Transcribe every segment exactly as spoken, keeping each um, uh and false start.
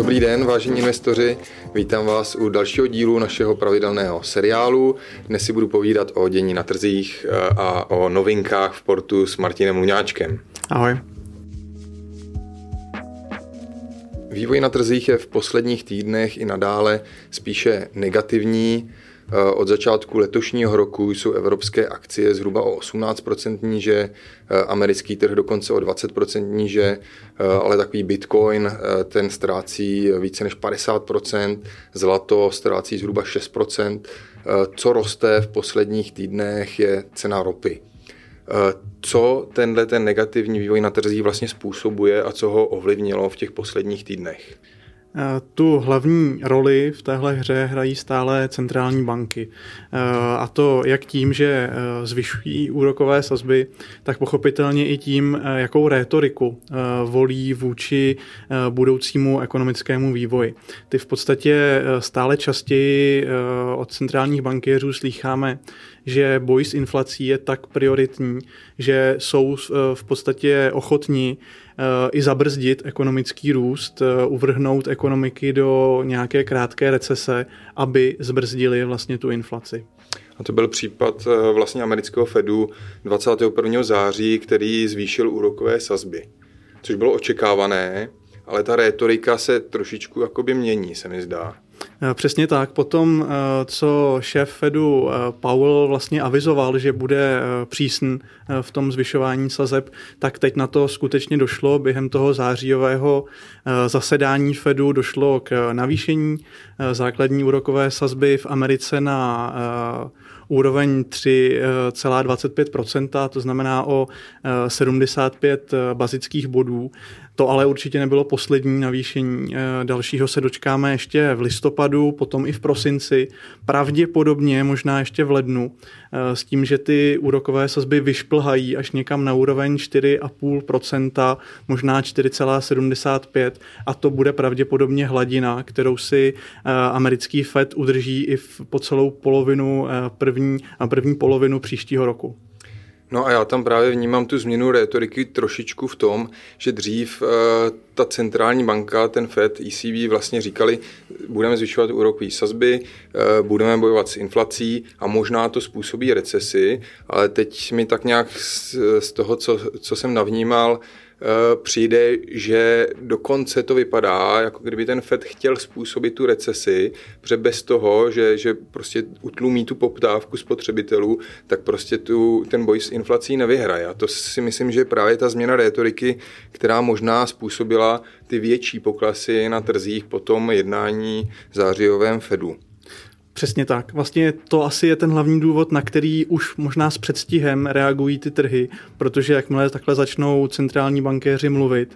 Dobrý den, vážení investoři, vítám vás u dalšího dílu našeho pravidelného seriálu. Dnes si budu povídat o dění na trzích a o novinkách v portu s Martinem Luňáčkem. Ahoj. Vývoj na trzích je v posledních týdnech i nadále spíše negativní. Od začátku letošního roku jsou evropské akcie zhruba o osmnáct procent níže, americký trh dokonce o dvacet procent níže, ale takový Bitcoin ten ztrácí více než padesát procent, zlato ztrácí zhruba šest procent. Co roste v posledních týdnech je cena ropy. Co tenhle ten negativní vývoj na trzích vlastně způsobuje a co ho ovlivnilo v těch posledních týdnech? Tu hlavní roli v téhle hře hrají stále centrální banky. A to jak tím, že zvyšují úrokové sazby, tak pochopitelně i tím, jakou rétoriku volí vůči budoucímu ekonomickému vývoji. Ty v podstatě stále častěji od centrálních bankéřů slýcháme, že boj s inflací je tak prioritní, že jsou v podstatě ochotní i zabrzdit ekonomický růst, uvrhnout ekonomiky do nějaké krátké recese, aby zbrzdili vlastně tu inflaci. A to byl případ vlastně amerického Fedu dvacátého prvního září, který zvýšil úrokové sazby, což bylo očekávané, ale ta rétorika se trošičku jakoby mění, se mi zdá. Přesně tak. Potom, co šéf Fedu Powell vlastně avizoval, že bude přísný v tom zvyšování sazeb, tak teď na to skutečně došlo. Během toho zářijového zasedání Fedu došlo k navýšení základní úrokové sazby v Americe na úroveň tři celá dvacet pět procent, to znamená o sedmdesát pět bazických bodů. To ale určitě nebylo poslední navýšení. Dalšího se dočkáme ještě v listopadu, potom i v prosinci, pravděpodobně možná ještě v lednu, s tím, že ty úrokové sazby vyšplhají až někam na úroveň čtyři celá pět procenta, možná čtyři celá sedmdesát pět a to bude pravděpodobně hladina, kterou si americký Fed udrží i po celou polovinu první, první polovinu příštího roku. No a já tam právě vnímám tu změnu rétoriky trošičku v tom, že dřív e, ta centrální banka, ten Fed, E C B vlastně říkali, budeme zvyšovat úrokové sazby, e, budeme bojovat s inflací a možná to způsobí recesi, ale teď mi tak nějak z, z toho, co, co jsem navnímal, přijde, že dokonce to vypadá, jako kdyby ten Fed chtěl způsobit tu recesi, protože bez toho, že, že prostě utlumí tu poptávku spotřebitelů, tak prostě tu, ten boj s inflací nevyhraje. A to si myslím, že právě ta změna rétoriky, která možná způsobila ty větší poklesy na trzích po tom jednání zářijovém Fedu. Přesně tak. Vlastně to asi je ten hlavní důvod, na který už možná s předstihem reagují ty trhy, protože jakmile takhle začnou centrální bankéři mluvit,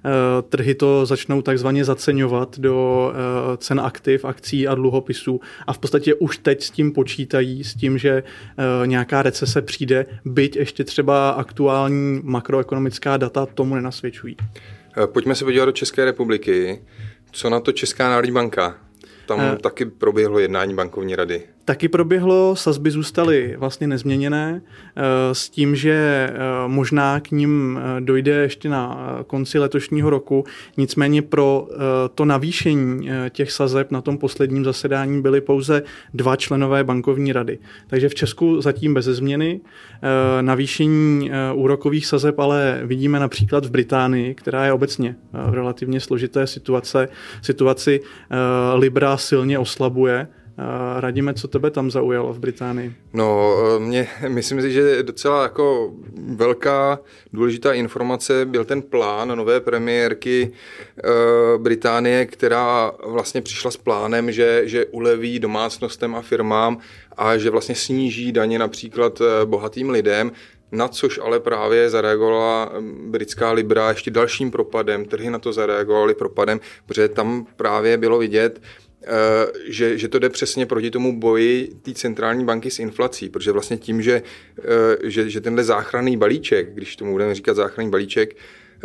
trhy to začnou takzvaně zaceňovat do cen aktiv, akcí a dluhopisů a v podstatě už teď s tím počítají, s tím, že nějaká recese přijde, byť ještě třeba aktuální makroekonomická data tomu nenasvědčují. Pojďme se podívat do České republiky. Co na to Česká národní banka? Tam uh, taky proběhlo jednání bankovní rady. Taky proběhlo, sazby zůstaly vlastně nezměněné s tím, že možná k ním dojde ještě na konci letošního roku. Nicméně pro to navýšení těch sazeb na tom posledním zasedání byly pouze dva členové bankovní rady. Takže v Česku zatím bez změny. Navýšení úrokových sazeb ale vidíme například v Británii, která je obecně v relativně složité situace. Situaci Libra silně oslabuje. Radíme, co tebe tam zaujalo v Británii? No, mě, myslím si, že docela jako velká důležitá informace byl ten plán nové premiérky e, Británie, která vlastně přišla s plánem, že, že uleví domácnostem a firmám a že vlastně sníží daně například bohatým lidem, na což ale právě zareagovala britská Libra ještě dalším propadem, trhy na to zareagovaly propadem, protože tam právě bylo vidět, Že, že to jde přesně proti tomu boji té centrální banky s inflací, protože vlastně tím, že, že, že tenhle záchranný balíček, když tomu budeme říkat záchranný balíček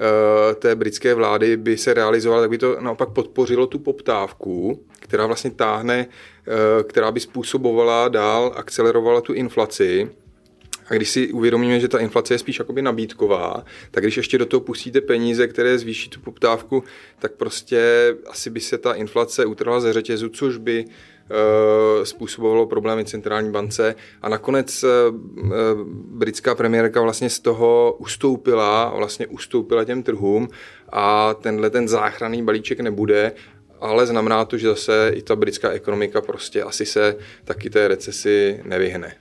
té britské vlády by se realizoval, tak by to naopak podpořilo tu poptávku, která vlastně táhne, která by způsobovala dál, akcelerovala tu inflaci A když si uvědomíme, že ta inflace je spíš jakoby nabídková, tak když ještě do toho pustíte peníze, které zvýší tu poptávku, tak prostě asi by se ta inflace utrhla ze řetězu, což by uh, způsobovalo problémy centrální bance. A nakonec uh, britská premiérka vlastně z toho ustoupila, vlastně ustoupila těm trhům a tenhle ten záchranný balíček nebude, ale znamená to, že zase i ta britská ekonomika prostě asi se taky té recesi nevyhne.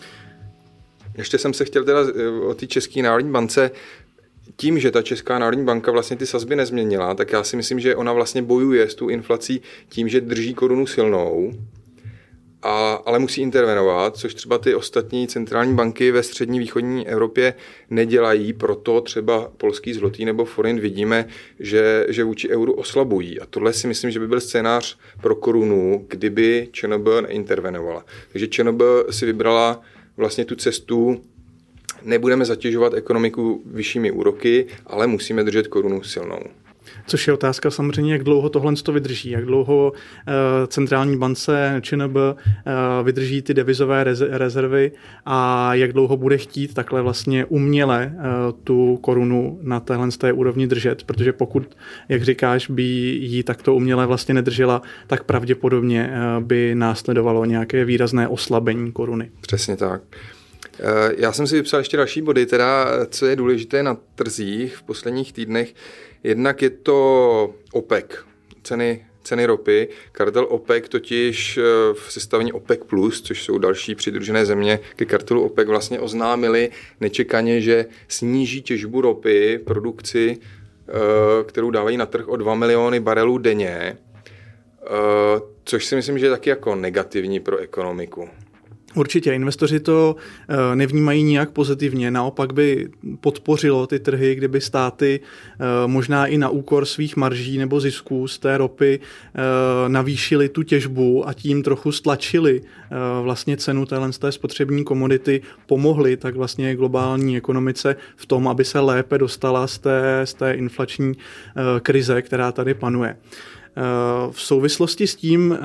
Ještě jsem se chtěl teda o té České národní bance, tím, že ta Česká národní banka vlastně ty sazby nezměnila, tak já si myslím, že ona vlastně bojuje s tou inflací tím, že drží korunu silnou, a, ale musí intervenovat, což třeba ty ostatní centrální banky ve střední východní Evropě nedělají, proto třeba polský zlotý nebo forint vidíme, že, že vůči euru oslabují. A tohle si myslím, že by byl scénář pro korunu, kdyby ČNB neintervenovala. Takže ČNB si vybrala vlastně tu cestu, nebudeme zatěžovat ekonomiku vyššími úroky, ale musíme držet korunu silnou. Což je otázka samozřejmě, jak dlouho tohle to vydrží, jak dlouho uh, centrální bance ČNB uh, vydrží ty devizové rezervy a jak dlouho bude chtít takhle vlastně uměle uh, tu korunu na téhle té úrovni držet, protože pokud, jak říkáš, by jí takto uměle vlastně nedržela, tak pravděpodobně uh, by následovalo nějaké výrazné oslabení koruny. Přesně tak. Já jsem si vypsal ještě další body, teda co je důležité na trzích v posledních týdnech. Jednak je to OPEC, ceny, ceny ropy. Kartel OPEC totiž v sestavení OPEC plus, což jsou další přidružené země ke kartelu OPEC, vlastně oznámili nečekaně, že sníží těžbu ropy, produkci, kterou dávají na trh o dva miliony barelů denně, což si myslím, že je taky jako negativní pro ekonomiku. Určitě, investoři to nevnímají nijak pozitivně, naopak by podpořilo ty trhy, kdyby státy možná i na úkor svých marží nebo zisků z té ropy navýšili tu těžbu a tím trochu stlačili vlastně cenu téhle z té spotřební komodity, pomohli tak vlastně globální ekonomice v tom, aby se lépe dostala z té, z té inflační krize, která tady panuje. V souvislosti s tím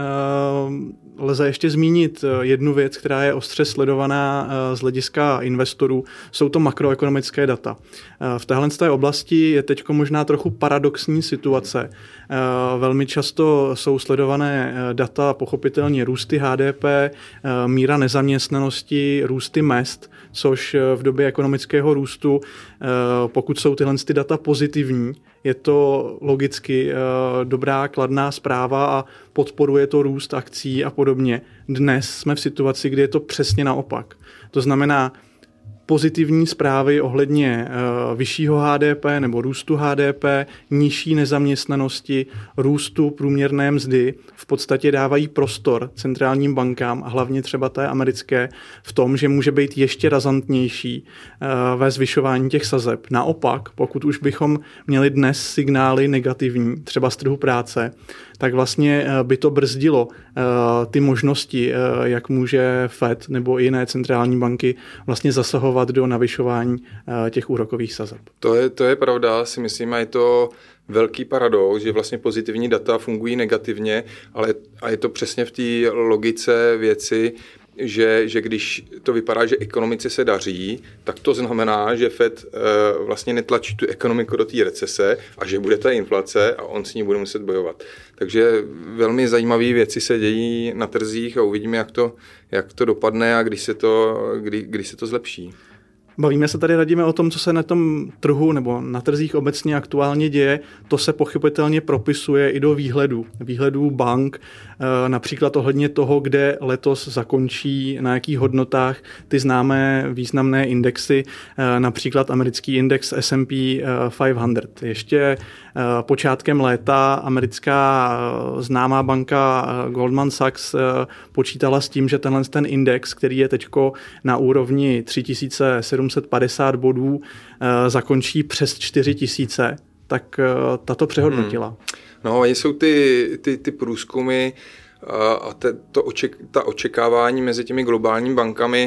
lze ještě zmínit jednu věc, která je ostře sledovaná z hlediska investorů. Jsou to makroekonomické data. V téhle té oblasti je teď možná trochu paradoxní situace. Velmi často jsou sledované data, pochopitelně růsty H D P, míra nezaměstnanosti, růsty mezd, což v době ekonomického růstu, pokud jsou tyhle ty data pozitivní, je to logicky dobrá, kladná zpráva a podporuje to růst akcí a podobně. Dnes jsme v situaci, kdy je to přesně naopak. To znamená, pozitivní zprávy ohledně uh, vyššího H D P nebo růstu H D P, nižší nezaměstnanosti, růstu průměrné mzdy v podstatě dávají prostor centrálním bankám a hlavně třeba té americké v tom, že může být ještě razantnější uh, ve zvyšování těch sazeb. Naopak, pokud už bychom měli dnes signály negativní, třeba z trhu práce, tak vlastně by to brzdilo uh, ty možnosti, uh, jak může Fed nebo i jiné centrální banky vlastně zasahovat do navyšování uh, těch úrokových sazeb. To je, to je pravda, si myslím, a je to velký paradox, že vlastně pozitivní data fungují negativně, ale a je to přesně v té logice věci, Že, že když to vypadá, že ekonomice se daří, tak to znamená, že Fed e, vlastně netlačí tu ekonomiku do té recese a že bude ta inflace a on s ní bude muset bojovat. Takže velmi zajímavé věci se dějí na trzích a uvidíme, jak to, jak to dopadne a když se to, kdy, kdy se to zlepší. Bavíme se tady, radíme o tom, co se na tom trhu nebo na trzích obecně aktuálně děje. To se pochopitelně propisuje i do výhledů. Výhledů bank, například ohledně toho, kde letos zakončí, na jakých hodnotách ty známé významné indexy, například americký index S and P pět set. Ještě počátkem léta americká známá banka Goldman Sachs počítala s tím, že tenhle ten index, který je teďko na úrovni tři tisíce sedm set padesát bodů, zakončí přes čtyři tisíce, tak tato přehodnotila. Hmm. No, jsou ty, ty, ty průzkumy a te, to oček, ta očekávání mezi těmi globálními bankami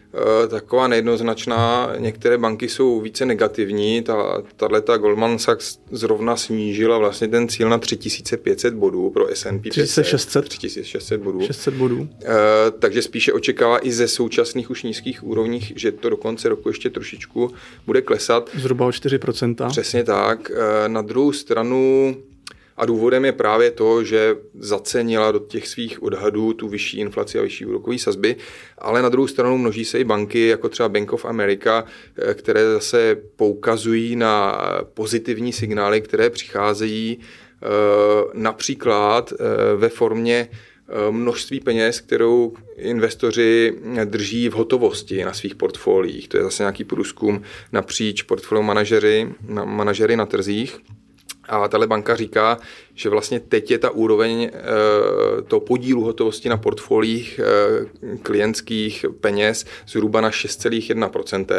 taková nejednoznačná. Některé banky jsou více negativní. Ta, tato Goldman Sachs zrovna snížila vlastně ten cíl na tři tisíce pět set bodů pro S and P tři tisíce šest set. tři tisíce šest set bodů. šest set bodů. E, takže spíše očekává i ze současných už nízkých úrovních, že to do konce roku ještě trošičku bude klesat. Zhruba o čtyři procenta. Přesně tak. E, na druhou stranu a důvodem je právě to, že zacenila do těch svých odhadů tu vyšší inflaci a vyšší úrokové sazby, ale na druhou stranu množí se i banky, jako třeba Bank of America, které zase poukazují na pozitivní signály, které přicházejí například ve formě množství peněz, kterou investoři drží v hotovosti na svých portfoliích. To je zase nějaký průzkum napříč portfolio manažery, na, manažery na trzích. A tahle banka říká, že vlastně teď je ta úroveň e, toho podílu hotovosti na portfoliích e, klientských peněz zhruba na šest celá jedna procenta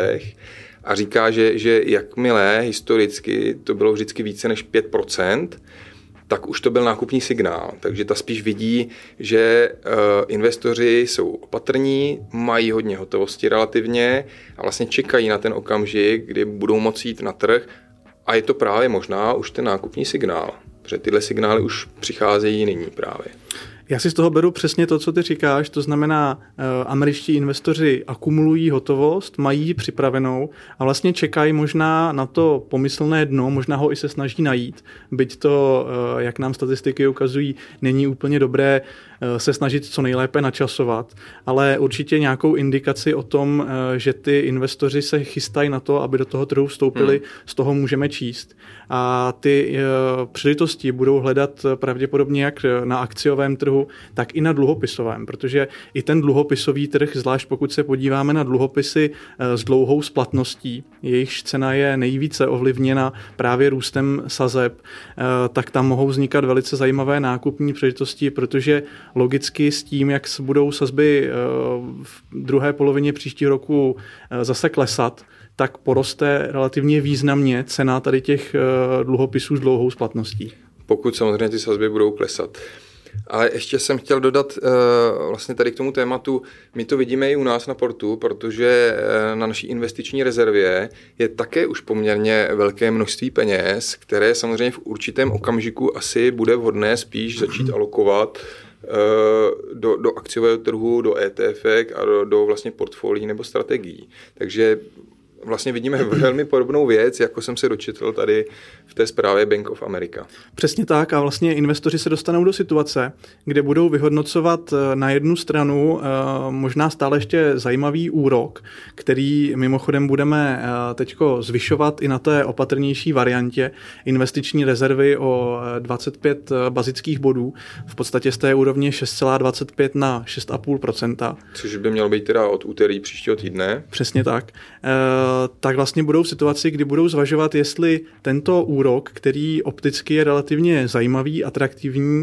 a říká, že, že jakmile historicky to bylo vždycky více než pět procent, tak už to byl nákupní signál. Takže ta spíš vidí, že e, investoři jsou opatrní, mají hodně hotovosti relativně a vlastně čekají na ten okamžik, kdy budou moci jít na trh. A je to právě možná už ten nákupní signál, protože tyhle signály už přicházejí nyní právě. Já si z toho beru přesně to, co ty říkáš, to znamená, eh, američtí investoři akumulují hotovost, mají ji připravenou a vlastně čekají možná na to pomyslné dno, možná ho i se snaží najít, byť to, eh, jak nám statistiky ukazují, není úplně dobré eh, se snažit co nejlépe načasovat, ale určitě nějakou indikaci o tom, eh, že ty investoři se chystají na to, aby do toho trhu vstoupili, hmm. z toho můžeme číst. A ty eh, příležitosti budou hledat pravděpodobně jak na akciovém trhu, tak i na dluhopisovém, protože i ten dluhopisový trh, zvlášť pokud se podíváme na dluhopisy s dlouhou splatností, jejichž cena je nejvíce ovlivněna právě růstem sazeb, tak tam mohou vznikat velice zajímavé nákupní příležitosti, protože logicky s tím, jak budou sazby v druhé polovině příštího roku zase klesat, tak poroste relativně významně cena tady těch dluhopisů s dlouhou splatností. Pokud samozřejmě ty sazby budou klesat. Ale ještě jsem chtěl dodat uh, vlastně tady k tomu tématu, my to vidíme i u nás na portu, protože uh, na naší investiční rezervě je také už poměrně velké množství peněz, které samozřejmě v určitém okamžiku asi bude vhodné spíš začít alokovat uh, do, do akciového trhu, do E T F a do, do vlastně portfolií nebo strategií. Takže vlastně vidíme velmi podobnou věc, jako jsem se dočetl tady v té zprávě Bank of America. Přesně tak a vlastně investoři se dostanou do situace, kde budou vyhodnocovat na jednu stranu možná stále ještě zajímavý úrok, který mimochodem budeme teďko zvyšovat i na té opatrnější variantě investiční rezervy o dvacet pět bazických bodů, v podstatě z té úrovně šest celá dvacet pět na šest celá pět procenta. Což by mělo být teda od úterý příštího týdne. Přesně tak. Tak vlastně budou v situaci, kdy budou zvažovat, jestli tento úrok, který opticky je relativně zajímavý, atraktivní,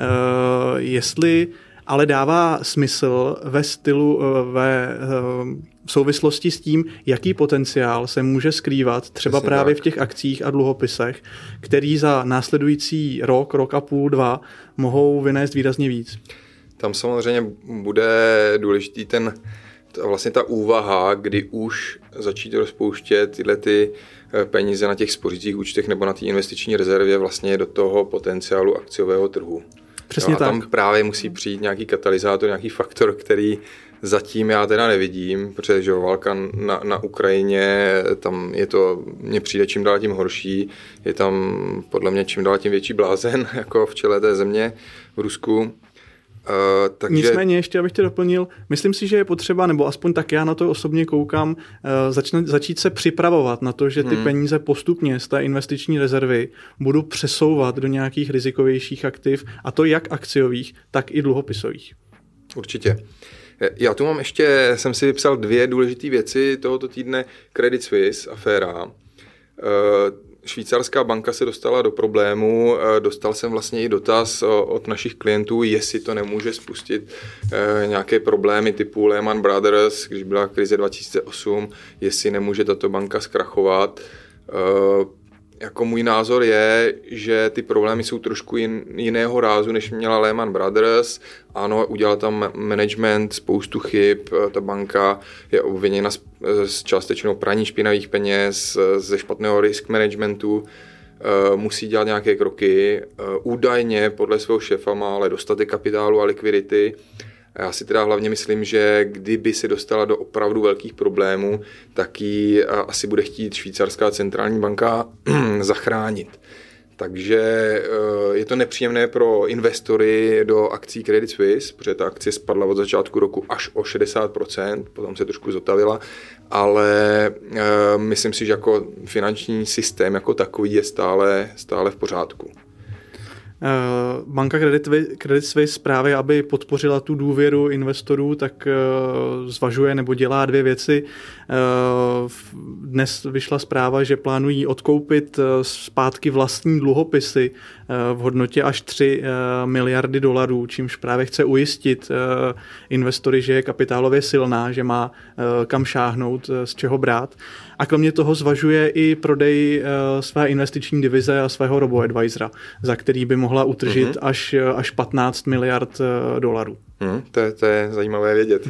jestli ale dává smysl ve stylu, ve v souvislosti s tím, jaký potenciál se může skrývat třeba Přesně právě tak. v těch akcích a dluhopisech, který za následující rok, rok a půl, dva mohou vynést výrazně víc. Tam samozřejmě bude důležitý ten vlastně ta úvaha, kdy už začít rozpouštět tyhle ty peníze na těch spořících účtech nebo na té investiční rezervě vlastně do toho potenciálu akciového trhu. Přesně no a tak. tam právě musí přijít nějaký katalyzátor, nějaký faktor, který zatím já teda nevidím, protože že válka na, na Ukrajině, tam je to, mně přijde čím dál tím horší, je tam podle mě čím dál tím větší blázen, jako v čele té země v Rusku. Uh, takže... Nicméně ještě, abych tě doplnil, myslím si, že je potřeba, nebo aspoň tak já na to osobně koukám, uh, začne, začít se připravovat na to, že ty hmm. peníze postupně z té investiční rezervy budu přesouvat do nějakých rizikovějších aktiv, a to jak akciových, tak i dluhopisových. Určitě. Já tu mám ještě, jsem si vypsal dvě důležité věci tohoto týdne. Credit Suisse, aféra. Uh, Švýcarská banka se dostala do problému, dostal jsem vlastně i dotaz od našich klientů, jestli to nemůže spustit nějaké problémy typu Lehman Brothers, když byla krize dva tisíce osm, jestli nemůže tato banka zkrachovat. jako můj názor je, že ty problémy jsou trošku jin, jiného rázu, než měla Lehman Brothers. Ano, udělal tam management spoustu chyb, ta banka je obviněna z, z částečného praní špinavých peněz, ze špatného risk managementu, musí dělat nějaké kroky. Údajně podle svého šéfa má ale dostatek kapitálu a likvidity. Já si teda hlavně myslím, že kdyby se dostala do opravdu velkých problémů, tak ji asi bude chtít švýcarská centrální banka zachránit. Takže je to nepříjemné pro investory do akcí Credit Suisse, protože ta akcie spadla od začátku roku až o šedesát procent, potom se trošku zotavila, ale myslím si, že jako finanční systém jako takový je stále, stále v pořádku. Banka Credit Suisse právě, aby podpořila tu důvěru investorů, tak zvažuje nebo dělá dvě věci. Dnes vyšla zpráva, že plánují odkoupit zpátky vlastní dluhopisy v hodnotě až tři miliardy dolarů, čímž právě chce ujistit investory, že je kapitálově silná, že má kam šáhnout, z čeho brát. A kromě toho zvažuje i prodej své investiční divize a svého robo-advisora, za který by mohla utržit mm-hmm. až, až patnáct miliard dolarů. Mm, to, je, to je zajímavé vědět.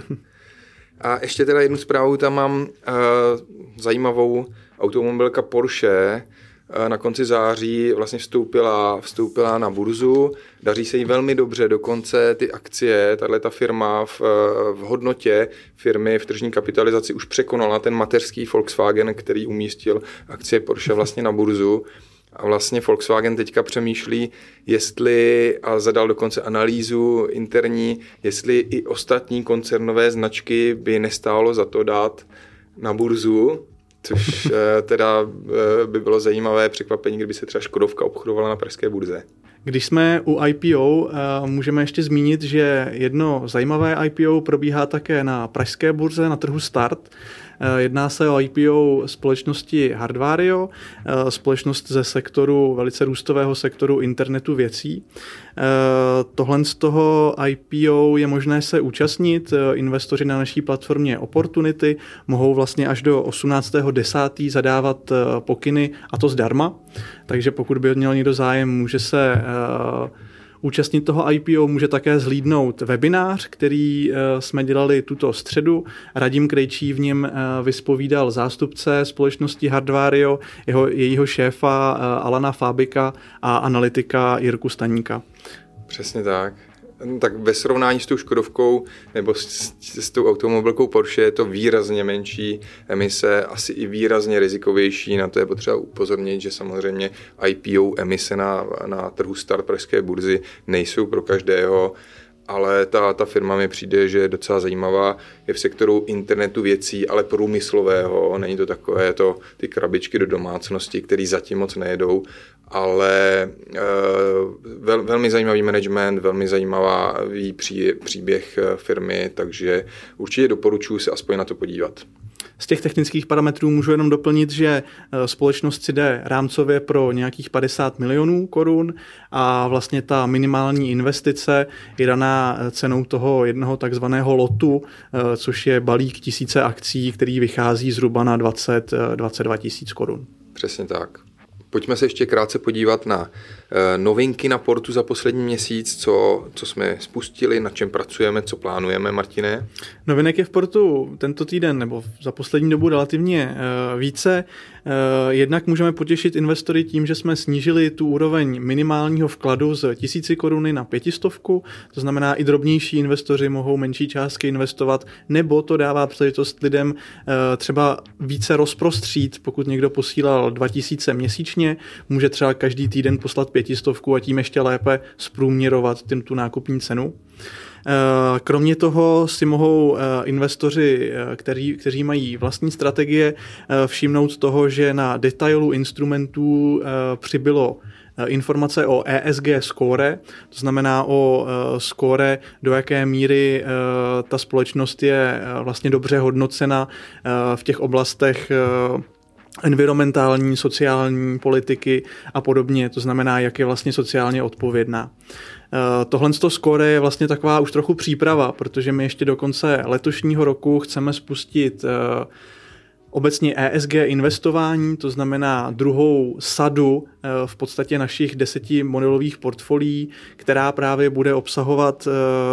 A ještě teda jednu zprávu tam mám, uh, zajímavou automobilka Porsche uh, na konci září vlastně vstoupila, vstoupila na burzu, daří se jí velmi dobře, dokonce ty akcie, tato firma v, v hodnotě firmy v tržní kapitalizaci už překonala ten mateřský Volkswagen, který umístil akcie Porsche vlastně na burzu. A vlastně Volkswagen teďka přemýšlí, jestli, a zadal dokonce analýzu interní, jestli i ostatní koncernové značky by nestálo za to dát na burzu, což teda by bylo zajímavé překvapení, kdyby se třeba Škodovka obchodovala na pražské burze. Když jsme u I P O, můžeme ještě zmínit, že jedno zajímavé I P O probíhá také na pražské burze, na trhu Start. Jedná se o I P O společnosti Hardwario, společnost ze sektoru, velice růstového sektoru internetu věcí. Tohle z toho I P O je možné se účastnit. Investoři na naší platformě Opportunity mohou vlastně až do osmnáctého desátého zadávat pokyny, a to zdarma. Takže pokud by měl někdo zájem, může se účastnit toho I P O, může také zhlídnout webinář, který jsme dělali tuto středu. Radim Krejčí v něm vyspovídal zástupce společnosti Hardwario, jeho, jejího šéfa Alana Fábika a analytika Jirku Staníka. Přesně tak. Tak ve srovnání s tou Škodovkou nebo s, s tou automobilkou Porsche je to výrazně menší emise, asi i výrazně rizikovější. Na to je potřeba upozornit, že samozřejmě I P O emise na, na trhu Start pražské burzy nejsou pro každého, ale ta, ta firma mi přijde, že je docela zajímavá. Je v sektoru internetu věcí, ale průmyslového. Není to takové to, ty krabičky do domácnosti, které zatím moc nejedou, ale e, vel, velmi zajímavý management, velmi zajímavý pří, příběh firmy, takže určitě doporučuji se aspoň na to podívat. Z těch technických parametrů můžu jenom doplnit, že společnost si jde rámcově pro nějakých padesát milionů korun a vlastně ta minimální investice je daná cenou toho jednoho takzvaného lotu, což je balík tisíce akcí, který vychází zhruba na dvacet až dvacet dva tisíc korun. Přesně tak. Pojďme se ještě krátce podívat na novinky na portu za poslední měsíc, co, co jsme spustili, na čem pracujeme, co plánujeme, Martine. Novinek je v portu tento týden nebo za poslední dobu relativně více. Jednak můžeme potěšit investory tím, že jsme snížili tu úroveň minimálního vkladu z tisíci koruny na pětistovku, to znamená i drobnější investoři mohou menší částky investovat, nebo to dává příležitost lidem třeba více rozprostřít, pokud někdo posílal dva tisíce měsíčně, může třeba každý týden poslat pětistovku a tím ještě lépe zprůměrovat tím tu nákupní cenu. Kromě toho si mohou investoři, kteří, kteří mají vlastní strategie, všimnout toho, že na detailu instrumentů přibylo informace o E S G score, to znamená o score, do jaké míry ta společnost je vlastně dobře hodnocena v těch oblastech environmentální, sociální politiky a podobně, to znamená, jak je vlastně sociálně odpovědná. Tohle score je vlastně taková už trochu příprava, protože my ještě do konce letošního roku chceme spustit obecně E S G investování, to znamená druhou sadu v podstatě našich deseti modelových portfolií, která právě bude obsahovat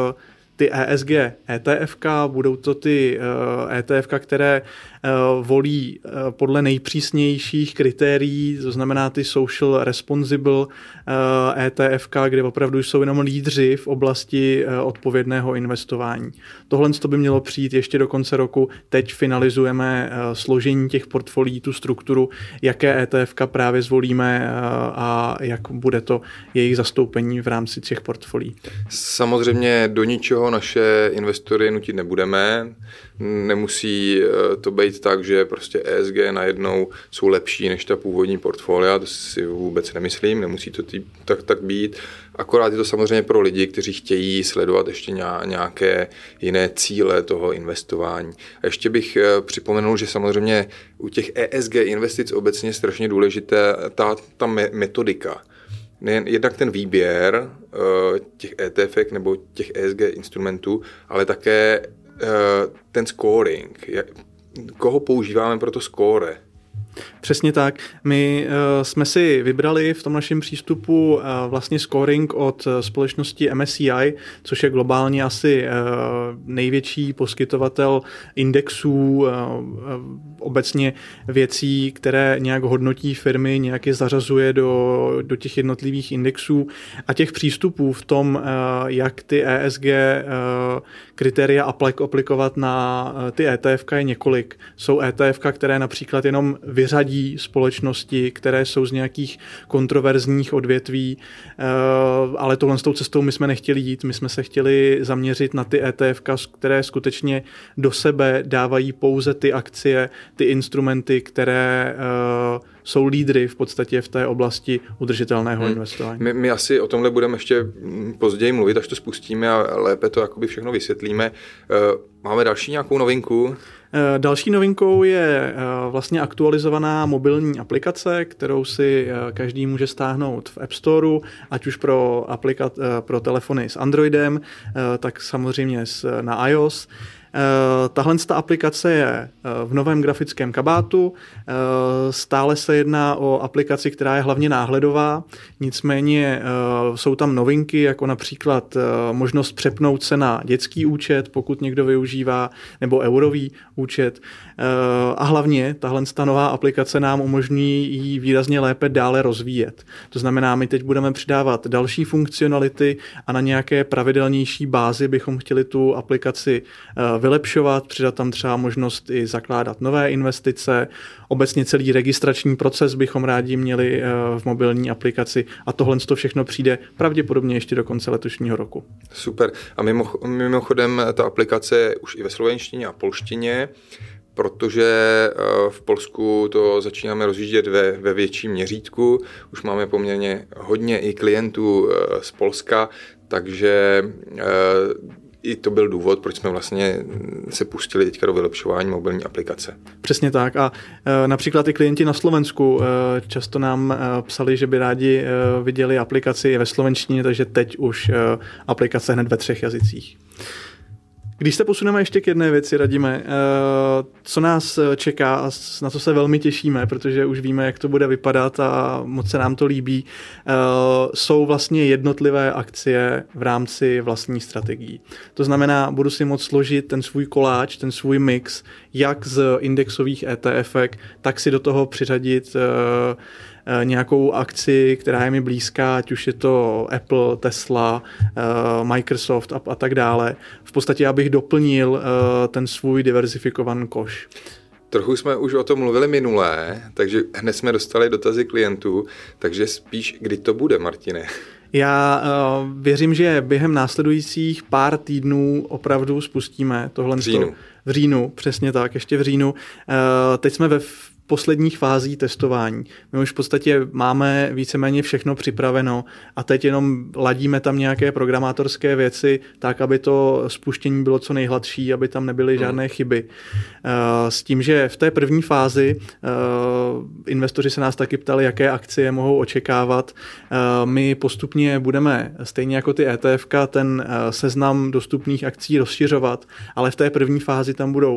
ty E S G E T F ka, budou to ty E T F ka, které volí podle nejpřísnějších kritérií, to znamená ty social responsible E T F ka, kde opravdu jsou jenom lídři v oblasti odpovědného investování. Tohle by mělo přijít ještě do konce roku. Teď finalizujeme složení těch portfolií, tu strukturu, jaké E T F ka právě zvolíme a jak bude to jejich zastoupení v rámci těch portfolií. Samozřejmě do ničeho naše investory nutit nebudeme. Nemusí to být tak, že prostě E S G najednou jsou lepší než ta původní portfolia, to si vůbec nemyslím, nemusí to tý, tak, tak být. Akorát je to samozřejmě pro lidi, kteří chtějí sledovat ještě nějaké jiné cíle toho investování. A ještě bych připomenul, že samozřejmě u těch E S G investic obecně je strašně důležité ta, ta metodika. Nejen jednak ten výběr těch E T F ek nebo těch E S G instrumentů, ale také ten scoring. Koho používáme pro to score? Přesně tak. My uh, jsme si vybrali v tom našem přístupu uh, vlastně scoring od společnosti M S C I, což je globálně asi uh, největší poskytovatel indexů, uh, uh, obecně věcí, které nějak hodnotí firmy, nějak je zařazuje do, do těch jednotlivých indexů a těch přístupů v tom, uh, jak ty E S G uh, kritéria aplikovat na uh, ty E T F ka je několik. Jsou E T F ka, které například jenom vyřadí společnosti, které jsou z nějakých kontroverzních odvětví, ale tohle s tou cestou my jsme nechtěli jít. My jsme se chtěli zaměřit na ty E T F ka, které skutečně do sebe dávají pouze ty akcie, ty instrumenty, které jsou lídry v podstatě v té oblasti udržitelného hmm. investování. My, my asi o tomhle budeme ještě později mluvit, až to spustíme a lépe to jakoby všechno vysvětlíme. Máme další nějakou novinku? Další novinkou je vlastně aktualizovaná mobilní aplikace, kterou si každý může stáhnout v App Storeu, ať už pro, aplika- pro telefony s Androidem, tak samozřejmě na iOS. Tahle aplikace je v novém grafickém kabátu, stále se jedná o aplikaci, která je hlavně náhledová, nicméně jsou tam novinky, jako například možnost přepnout se na dětský účet, pokud někdo využívá, nebo eurový účet. A hlavně tahle nová aplikace nám umožní ji výrazně lépe dále rozvíjet. To znamená, my teď budeme přidávat další funkcionality a na nějaké pravidelnější bázi bychom chtěli tu aplikaci vylepšovat, přidat tam třeba možnost i zakládat nové investice, obecně celý registrační proces bychom rádi měli v mobilní aplikaci a tohle to všechno přijde pravděpodobně ještě do konce letošního roku. Super. A mimochodem ta aplikace je už i ve slovenštině a polštině, protože v Polsku to začínáme rozjíždět ve, ve větším měřítku. Už máme poměrně hodně i klientů z Polska, takže i to byl důvod, proč jsme vlastně se pustili teďka do vylepšování mobilní aplikace. Přesně tak a e, například i klienti na Slovensku e, často nám e, psali, že by rádi e, viděli aplikaci ve slovenštině, takže teď už e, aplikace hned ve třech jazycích. Když se posuneme ještě k jedné věci, Radime, co nás čeká a na co se velmi těšíme, protože už víme, jak to bude vypadat a moc se nám to líbí, jsou vlastně jednotlivé akcie v rámci vlastní strategií. To znamená, budu si moct složit ten svůj koláč, ten svůj mix, jak z indexových E T F ek, tak si do toho přiřadit nějakou akci, která je mi blízká, ať už je to Apple, Tesla, Microsoft a, a tak dále. V podstatě, abych doplnil ten svůj diverzifikovaný koš. Trochu jsme už o tom mluvili minulé, takže hned jsme dostali dotazy klientů, takže spíš, kdy to bude, Martine? Já uh, věřím, že během následujících pár týdnů opravdu spustíme tohle. V říjnu. V říjnu, přesně tak, ještě v říjnu. Uh, teď jsme ve posledních fází testování. My už v podstatě máme víceméně všechno připraveno a teď jenom ladíme tam nějaké programátorské věci tak, aby to spuštění bylo co nejhladší, aby tam nebyly žádné chyby. S tím, že v té první fázi investoři se nás taky ptali, jaké akcie mohou očekávat. My postupně budeme, stejně jako ty E T F ka, ten seznam dostupných akcí rozšiřovat, ale v té první fázi tam budou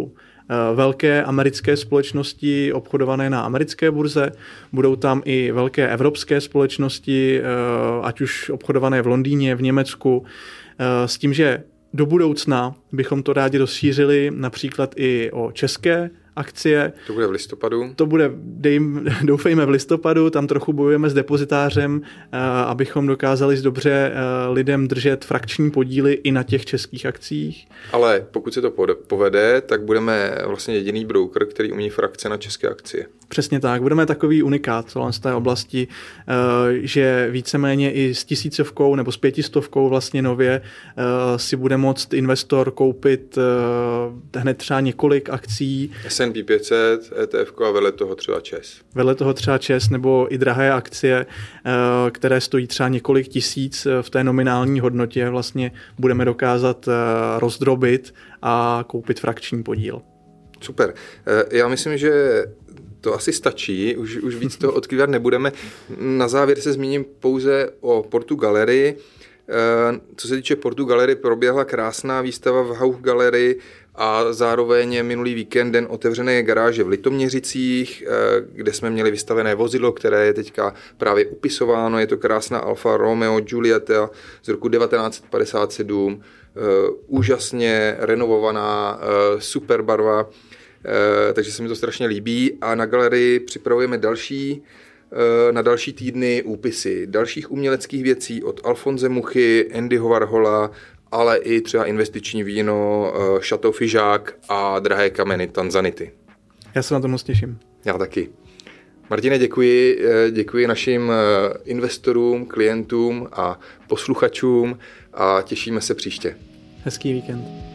velké americké společnosti obchodované na americké burze, budou tam i velké evropské společnosti, ať už obchodované v Londýně, v Německu, s tím, že do budoucna bychom to rádi rozšířili například i o české akcie. To bude v listopadu. To bude, dejm, doufejme, v listopadu, tam trochu bojujeme s depozitářem, abychom dokázali dobře lidem držet frakční podíly i na těch českých akcích. Ale pokud se to povede, tak budeme vlastně jediný broker, který umí frakce na české akcie. Přesně tak, budeme takový unikát z té oblasti, že víceméně i s tisícovkou nebo s pětistovkou vlastně nově si bude moct investor koupit hned třeba několik akcí. S and P pět set, E T F a vedle toho třeba ČES. Vedle toho třeba ČES nebo i drahé akcie, které stojí třeba několik tisíc v té nominální hodnotě, vlastně budeme dokázat rozdrobit a koupit frakční podíl. Super. Já myslím, že to asi stačí, už, už víc toho odkrývat nebudeme. Na závěr se zmíním pouze o Portu Gallery. Co se týče Portu Gallery, proběhla krásná výstava v Hauch Gallery a zároveň minulý víkend den otevřené garáže v Litoměřicích, kde jsme měli vystavené vozidlo, které je teďka právě upisováno. Je to krásná Alfa Romeo Giulietta z roku devatenáct padesát sedm, úžasně renovovaná, super barva. Uh, takže se mi to strašně líbí a na galerii připravujeme další, uh, na další týdny úpisy dalších uměleckých věcí od Alfonse Muchy, Andyho Warhola, ale i třeba investiční víno, uh, Chateau Figeac a drahé kameny Tanzanity. Já se na to moc těším. Já taky. Martine, děkuji, děkuji našim investorům, klientům a posluchačům a těšíme se příště. Hezký víkend.